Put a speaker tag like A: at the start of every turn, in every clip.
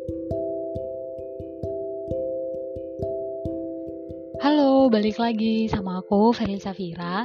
A: Halo, balik lagi sama aku, Ferly Safira.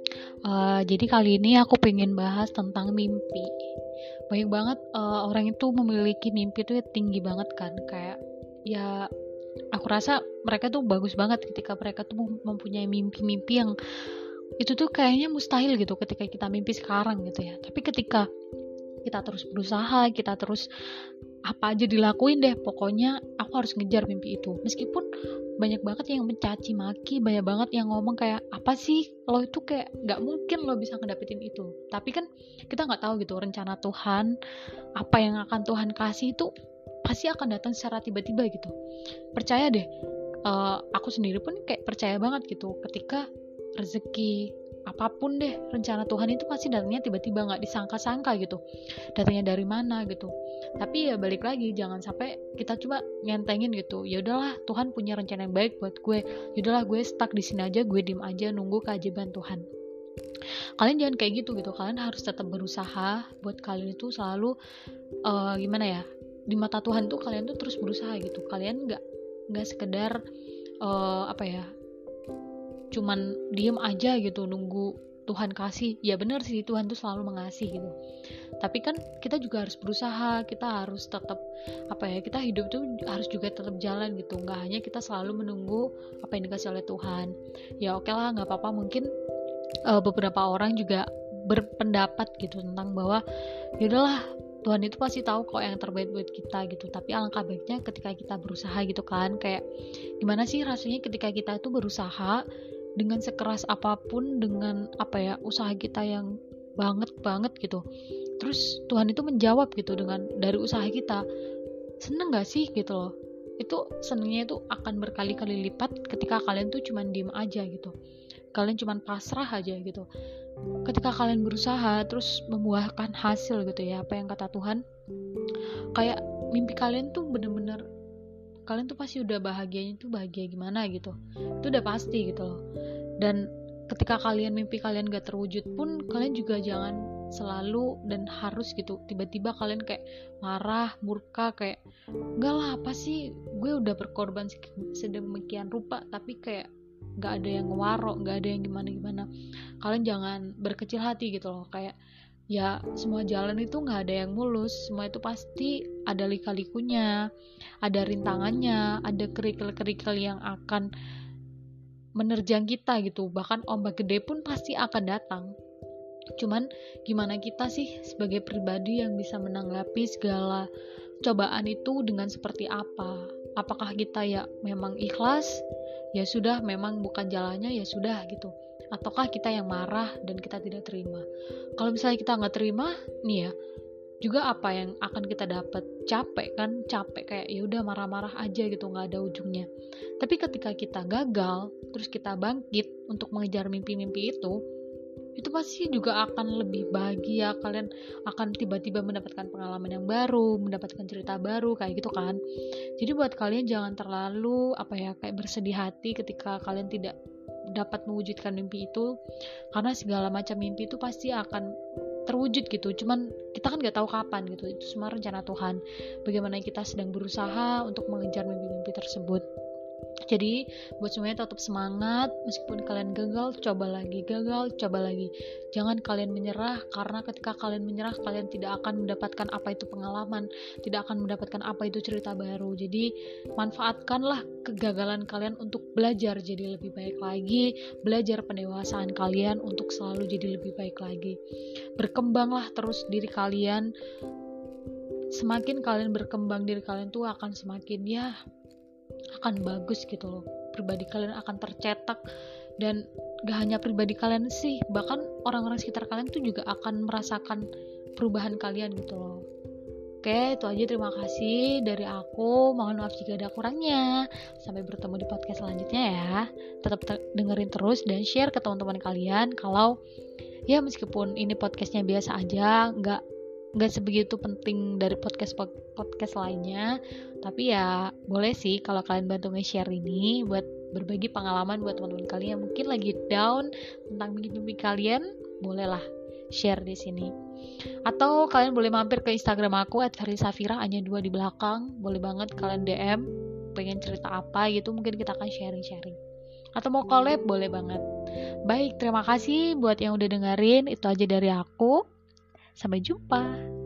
A: Jadi kali ini aku pengen bahas tentang mimpi. Banyak banget orang itu memiliki mimpi itu tinggi banget kan. Kayak ya aku rasa mereka tuh bagus banget ketika mereka tuh mempunyai mimpi-mimpi yang itu tuh kayaknya mustahil gitu ketika kita mimpi sekarang gitu ya. Tapi ketika kita terus berusaha, kita terus apa aja dilakuin deh, pokoknya aku harus ngejar mimpi itu. Meskipun banyak banget yang mencaci maki, banyak banget yang ngomong kayak apa sih lo itu kayak nggak mungkin lo bisa ngedapetin itu. Tapi kan kita nggak tahu gitu rencana Tuhan, apa yang akan Tuhan kasih itu pasti akan datang secara tiba-tiba gitu. Percaya deh, aku sendiri pun kayak percaya banget gitu ketika rezeki apapun deh rencana Tuhan itu pasti datangnya tiba-tiba, nggak disangka-sangka gitu datangnya dari mana gitu. Tapi ya balik lagi, jangan sampai kita coba nyentengin gitu, ya udahlah Tuhan punya rencana yang baik buat gue, ya udahlah gue stuck di sini aja, gue diem aja nunggu keajaiban Tuhan. Kalian jangan kayak gitu, kalian harus tetap berusaha buat kalian itu selalu gimana ya, di mata Tuhan tuh kalian tuh terus berusaha gitu. Kalian nggak sekedar apa ya, cuman diem aja gitu nunggu Tuhan kasih. Ya benar sih, Tuhan tuh selalu mengasih gitu, tapi kan kita juga harus berusaha, kita harus tetap apa ya, kita hidup tuh harus juga tetap jalan gitu, nggak hanya kita selalu menunggu apa yang dikasih oleh Tuhan. Ya oke lah, nggak apa-apa, mungkin beberapa orang juga berpendapat gitu tentang bahwa yaudahlah Tuhan itu pasti tahu kok yang terbaik buat kita gitu. Tapi alangkah baiknya ketika kita berusaha gitu kan, kayak gimana sih rasanya ketika kita itu berusaha dengan sekeras apapun, dengan apa ya, usaha kita yang banget gitu, terus Tuhan itu menjawab gitu dengan dari usaha kita. Seneng gak sih gitu loh. Itu senengnya itu akan berkali-kali lipat ketika kalian tuh cuman diem aja gitu, kalian cuman pasrah aja gitu. Ketika kalian berusaha terus membuahkan hasil gitu ya, apa yang kata Tuhan, kayak mimpi kalian tuh bener-bener, kalian tuh pasti udah bahagianya tuh bahagia gimana gitu, itu udah pasti gitu loh. Dan ketika mimpi kalian gak terwujud pun, kalian juga jangan selalu dan harus gitu tiba-tiba kalian kayak marah, murka, kayak enggak lah, apa sih, gue udah berkorban sedemikian rupa tapi kayak gak ada yang ngewarok, gak ada yang gimana-gimana. Kalian jangan berkecil hati gitu loh, kayak ya semua jalan itu gak ada yang mulus, semua itu pasti ada lika-likunya, ada rintangannya, ada kerikil-kerikil yang akan menerjang kita gitu. Bahkan ombak gede pun pasti akan datang. Cuman gimana kita sih sebagai pribadi yang bisa menanggapi segala cobaan itu dengan seperti apa? Apakah kita ya memang ikhlas, ya sudah, memang bukan jalannya, ya sudah gitu, ataukah kita yang marah dan kita tidak terima? Kalau misalnya kita nggak terima nih ya, juga apa yang akan kita dapat? Capek kayak ya udah marah-marah aja gitu, nggak ada ujungnya. Tapi ketika kita gagal terus kita bangkit untuk mengejar mimpi-mimpi itu pasti juga akan lebih bahagia. Kalian akan tiba-tiba mendapatkan pengalaman yang baru, mendapatkan cerita baru kayak gitu kan. Jadi buat kalian jangan terlalu apa ya, kayak bersedih hati ketika kalian tidak dapat mewujudkan mimpi itu, karena segala macam mimpi itu pasti akan terwujud gitu. Cuman kita kan gak tahu kapan gitu, itu semua rencana Tuhan. Bagaimana kita sedang berusaha untuk mengejar mimpi-mimpi tersebut. Jadi buat semuanya tetap semangat, meskipun kalian gagal, coba lagi. Jangan kalian menyerah, karena ketika kalian menyerah, kalian tidak akan mendapatkan apa itu pengalaman, tidak akan mendapatkan apa itu cerita baru. Jadi manfaatkanlah kegagalan kalian untuk belajar jadi lebih baik lagi, belajar pendewasaan kalian untuk selalu jadi lebih baik lagi. Berkembanglah terus diri kalian. Semakin kalian berkembang, diri kalian tuh akan semakin akan bagus gitu loh. Pribadi kalian akan tercetak, dan gak hanya pribadi kalian sih, bahkan orang-orang sekitar kalian tuh juga akan merasakan perubahan kalian gitu loh. Oke, itu aja, terima kasih dari aku. Mohon maaf jika ada kurangnya. Sampai bertemu di podcast selanjutnya ya. Tetap dengerin terus dan share ke teman-teman kalian kalau ya meskipun ini podcastnya biasa aja, nggak sebegitu penting dari podcast lainnya, tapi ya boleh sih kalau kalian bantu nge-share ini buat berbagi pengalaman buat teman-teman kalian yang mungkin lagi down tentang mimpi-mimpi kalian. Bolehlah share di sini. Atau kalian boleh mampir ke Instagram aku @ferisafira hanya 2 di belakang. Boleh banget kalian DM pengen cerita apa gitu, mungkin kita akan sharing-sharing. Atau mau collab boleh banget. Baik, terima kasih buat yang udah dengerin. Itu aja dari aku. Sampai jumpa.